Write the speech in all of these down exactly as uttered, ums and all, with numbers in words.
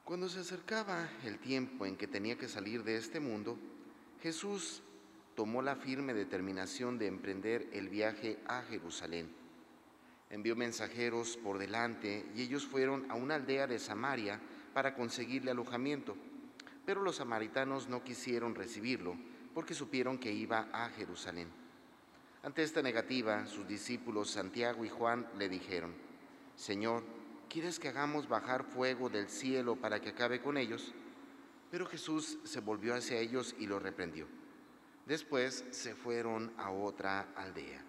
Cuando se acercaba el tiempo en que tenía que salir de este mundo, Jesús tomó la firme determinación de emprender el viaje a Jerusalén. Envió mensajeros por delante y ellos fueron a una aldea de Samaria para conseguirle alojamiento. Pero los samaritanos no quisieron recibirlo porque supieron que iba a Jerusalén. Ante esta negativa, sus discípulos Santiago y Juan le dijeron: Señor, ¿quieres que hagamos bajar fuego del cielo para que acabe con ellos? Pero Jesús se volvió hacia ellos y los reprendió. Después se fueron a otra aldea.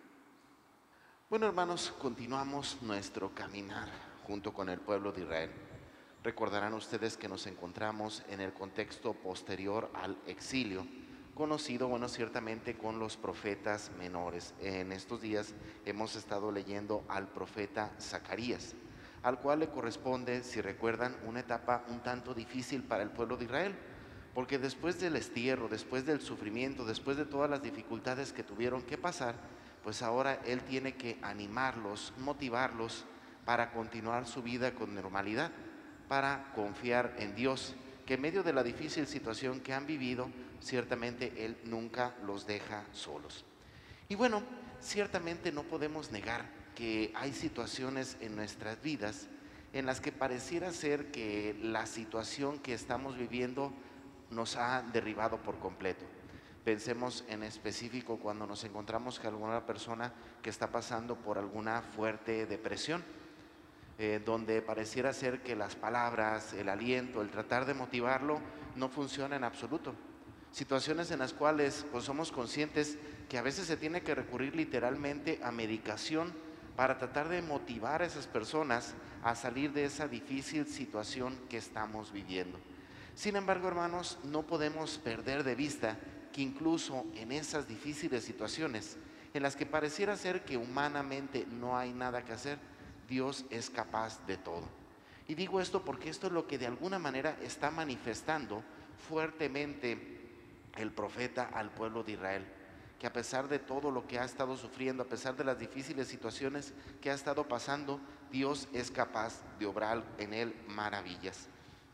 Bueno, hermanos, continuamos nuestro caminar junto con el pueblo de Israel. Recordarán ustedes que nos encontramos en el contexto posterior al exilio, conocido, bueno, ciertamente con los profetas menores. En estos días hemos estado leyendo al profeta Zacarías, al cual le corresponde, si recuerdan, una etapa un tanto difícil para el pueblo de Israel, porque después del destierro, después del sufrimiento, después de todas las dificultades que tuvieron que pasar, pues ahora él tiene que animarlos, motivarlos para continuar su vida con normalidad, para confiar en Dios, que en medio de la difícil situación que han vivido, ciertamente Él nunca los deja solos. Y bueno, ciertamente no podemos negar que hay situaciones en nuestras vidas en las que pareciera ser que la situación que estamos viviendo nos ha derribado por completo. Pensemos en específico cuando nos encontramos con alguna persona que está pasando por alguna fuerte depresión, eh, donde pareciera ser que las palabras, el aliento, el tratar de motivarlo no funciona en absoluto. Situaciones en las cuales pues somos conscientes que a veces se tiene que recurrir literalmente a medicación para tratar de motivar a esas personas a salir de esa difícil situación que estamos viviendo. Sin embargo, hermanos, no podemos perder de vista que incluso en esas difíciles situaciones en las que pareciera ser que humanamente no hay nada que hacer, Dios es capaz de todo. Y digo esto porque esto es lo que de alguna manera está manifestando fuertemente el profeta al pueblo de Israel, que a pesar de todo lo que ha estado sufriendo, a pesar de las difíciles situaciones que ha estado pasando, Dios es capaz de obrar en él maravillas.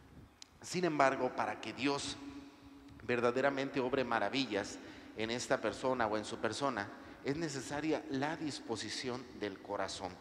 Sin embargo, para que Dios verdaderamente obre maravillas en esta persona o en su persona, es necesaria la disposición del corazón.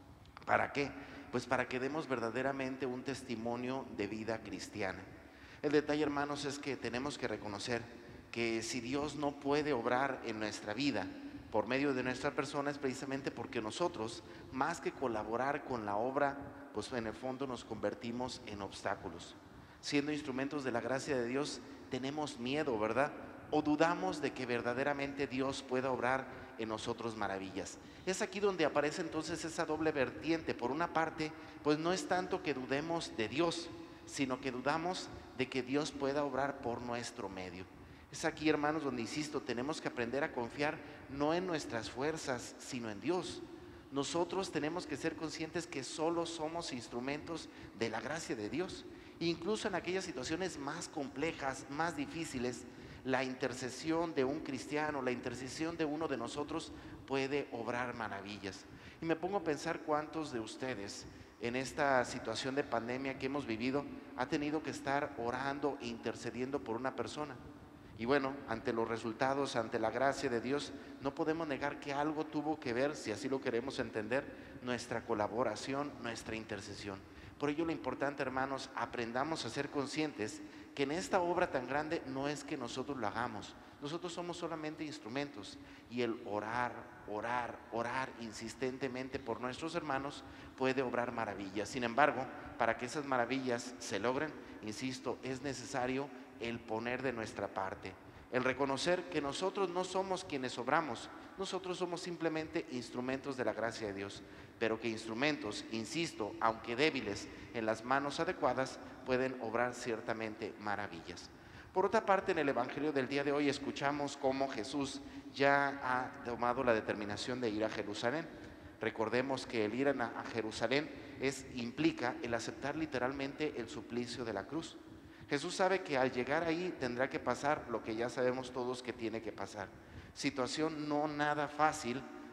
¿Para qué? Pues para que demos verdaderamente un testimonio de vida cristiana. El detalle, hermanos, es que tenemos que reconocer que si Dios no puede obrar en nuestra vida por medio de nuestra persona, es precisamente porque nosotros, más que colaborar con la obra, pues en el fondo nos convertimos en obstáculos. Siendo instrumentos de la gracia de Dios, tenemos miedo, ¿verdad? O dudamos de que verdaderamente Dios pueda obrar en nosotros maravillas. Es aquí donde aparece entonces esa doble vertiente. Por una parte, pues no es tanto que dudemos de Dios, sino que dudamos de que Dios pueda obrar por nuestro medio. Es aquí, hermanos, donde insisto, tenemos que aprender a confiar no en nuestras fuerzas, sino en Dios. Nosotros tenemos que ser conscientes que solo somos instrumentos de la gracia de Dios. Incluso en aquellas situaciones más complejas, más difíciles, la intercesión de un cristiano, la intercesión de uno de nosotros puede obrar maravillas. Y me pongo a pensar cuántos de ustedes en esta situación de pandemia que hemos vivido ha tenido que estar orando e intercediendo por una persona. Y bueno, ante los resultados, ante la gracia de Dios, no podemos negar que algo tuvo que ver, si así lo queremos entender, nuestra colaboración, nuestra intercesión. Por ello lo importante, hermanos, aprendamos a ser conscientes que en esta obra tan grande no es que nosotros lo hagamos, nosotros somos solamente instrumentos, y el orar, orar, orar insistentemente por nuestros hermanos puede obrar maravillas. Sin embargo, para que esas maravillas se logren, insisto, es necesario el poner de nuestra parte, el reconocer que nosotros no somos quienes obramos, nosotros somos simplemente instrumentos de la gracia de Dios, pero que instrumentos, insisto, aunque débiles, en las manos adecuadas pueden obrar ciertamente maravillas. Por otra parte, en el Evangelio del día de hoy escuchamos cómo Jesús ya ha tomado la determinación de ir a Jerusalén. Recordemos que el ir a Jerusalén es, implica el aceptar literalmente el suplicio de la cruz. Jesús sabe que al llegar ahí tendrá que pasar lo que ya sabemos todos que tiene que pasar. Situación no nada fácil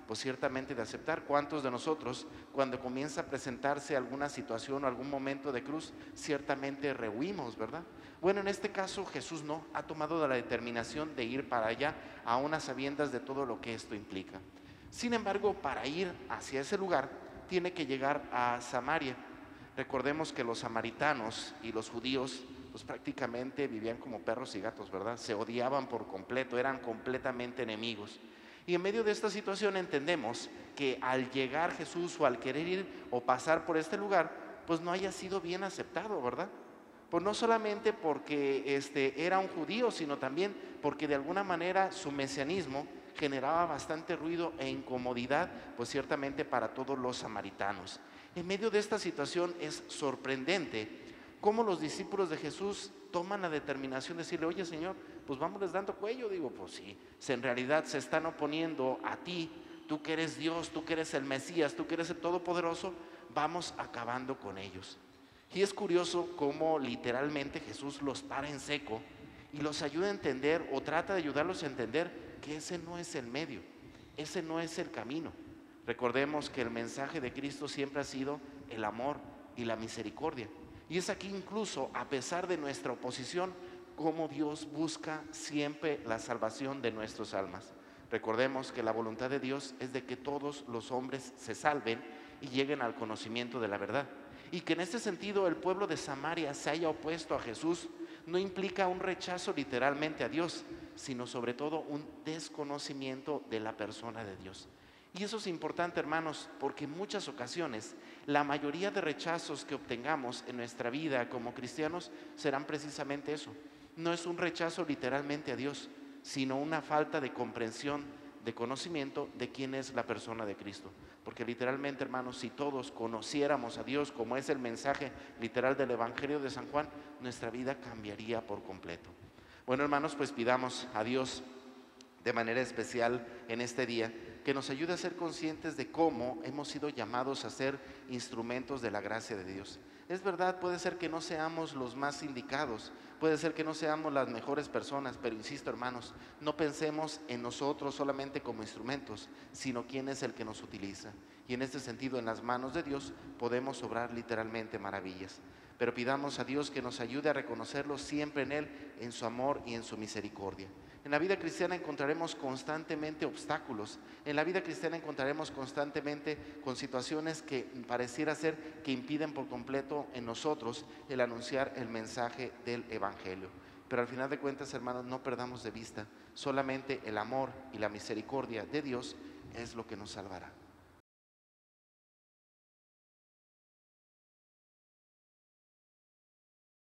pues ciertamente de aceptar. ¿Cuántos de nosotros, cuando comienza a presentarse alguna situación o algún momento de cruz, ciertamente rehuimos, verdad? Bueno, en este caso Jesús no, ha tomado la determinación de ir para allá, aún a sabiendas de todo lo que esto implica. Sin embargo, para ir hacia ese lugar, tiene que llegar a Samaria. Recordemos que los samaritanos y los judíos, pues prácticamente vivían como perros y gatos, ¿verdad? Se odiaban por completo, eran completamente enemigos. Y en medio de esta situación entendemos que al llegar Jesús o al querer ir o pasar por este lugar, pues no haya sido bien aceptado, ¿verdad? Pues no solamente porque este, era un judío, sino también porque de alguna manera su mesianismo generaba bastante ruido e incomodidad, pues ciertamente para todos los samaritanos. En medio de esta situación es sorprendente cómo los discípulos de Jesús toman la determinación de decirle: oye, Señor, pues vámonos dando cuello. Digo, pues sí, si en realidad se están oponiendo a ti, tú que eres Dios, tú que eres el Mesías, tú que eres el Todopoderoso, vamos acabando con ellos. Y es curioso cómo literalmente Jesús los para en seco y los ayuda a entender, o trata de ayudarlos a entender, que ese no es el medio, ese no es el camino. Recordemos que el mensaje de Cristo siempre ha sido el amor y la misericordia. Y es aquí incluso, a pesar de nuestra oposición, cómo Dios busca siempre la salvación de nuestras almas. Recordemos que la voluntad de Dios es de que todos los hombres se salven y lleguen al conocimiento de la verdad. Y que en este sentido el pueblo de Samaria se haya opuesto a Jesús no implica un rechazo literalmente a Dios, sino sobre todo un desconocimiento de la persona de Dios. Y eso es importante, hermanos, porque en muchas ocasiones la mayoría de rechazos que obtengamos en nuestra vida como cristianos serán precisamente eso. No es un rechazo literalmente a Dios, sino una falta de comprensión, de conocimiento de quién es la persona de Cristo. Porque literalmente, hermanos, si todos conociéramos a Dios como es el mensaje literal del Evangelio de San Juan, nuestra vida cambiaría por completo. Bueno, hermanos, pues pidamos a Dios de manera especial en este día que nos ayude a ser conscientes de cómo hemos sido llamados a ser instrumentos de la gracia de Dios. Es verdad, puede ser que no seamos los más indicados, puede ser que no seamos las mejores personas, pero insisto, hermanos, no pensemos en nosotros solamente como instrumentos, sino quién es el que nos utiliza. Y en este sentido, en las manos de Dios podemos obrar literalmente maravillas. Pero pidamos a Dios que nos ayude a reconocerlo siempre en Él, en su amor y en su misericordia. En la vida cristiana encontraremos constantemente obstáculos. En la vida cristiana encontraremos constantemente con situaciones que pareciera ser que impiden por completo en nosotros el anunciar el mensaje del Evangelio. Pero al final de cuentas, hermanos, no perdamos de vista, solamente el amor y la misericordia de Dios es lo que nos salvará.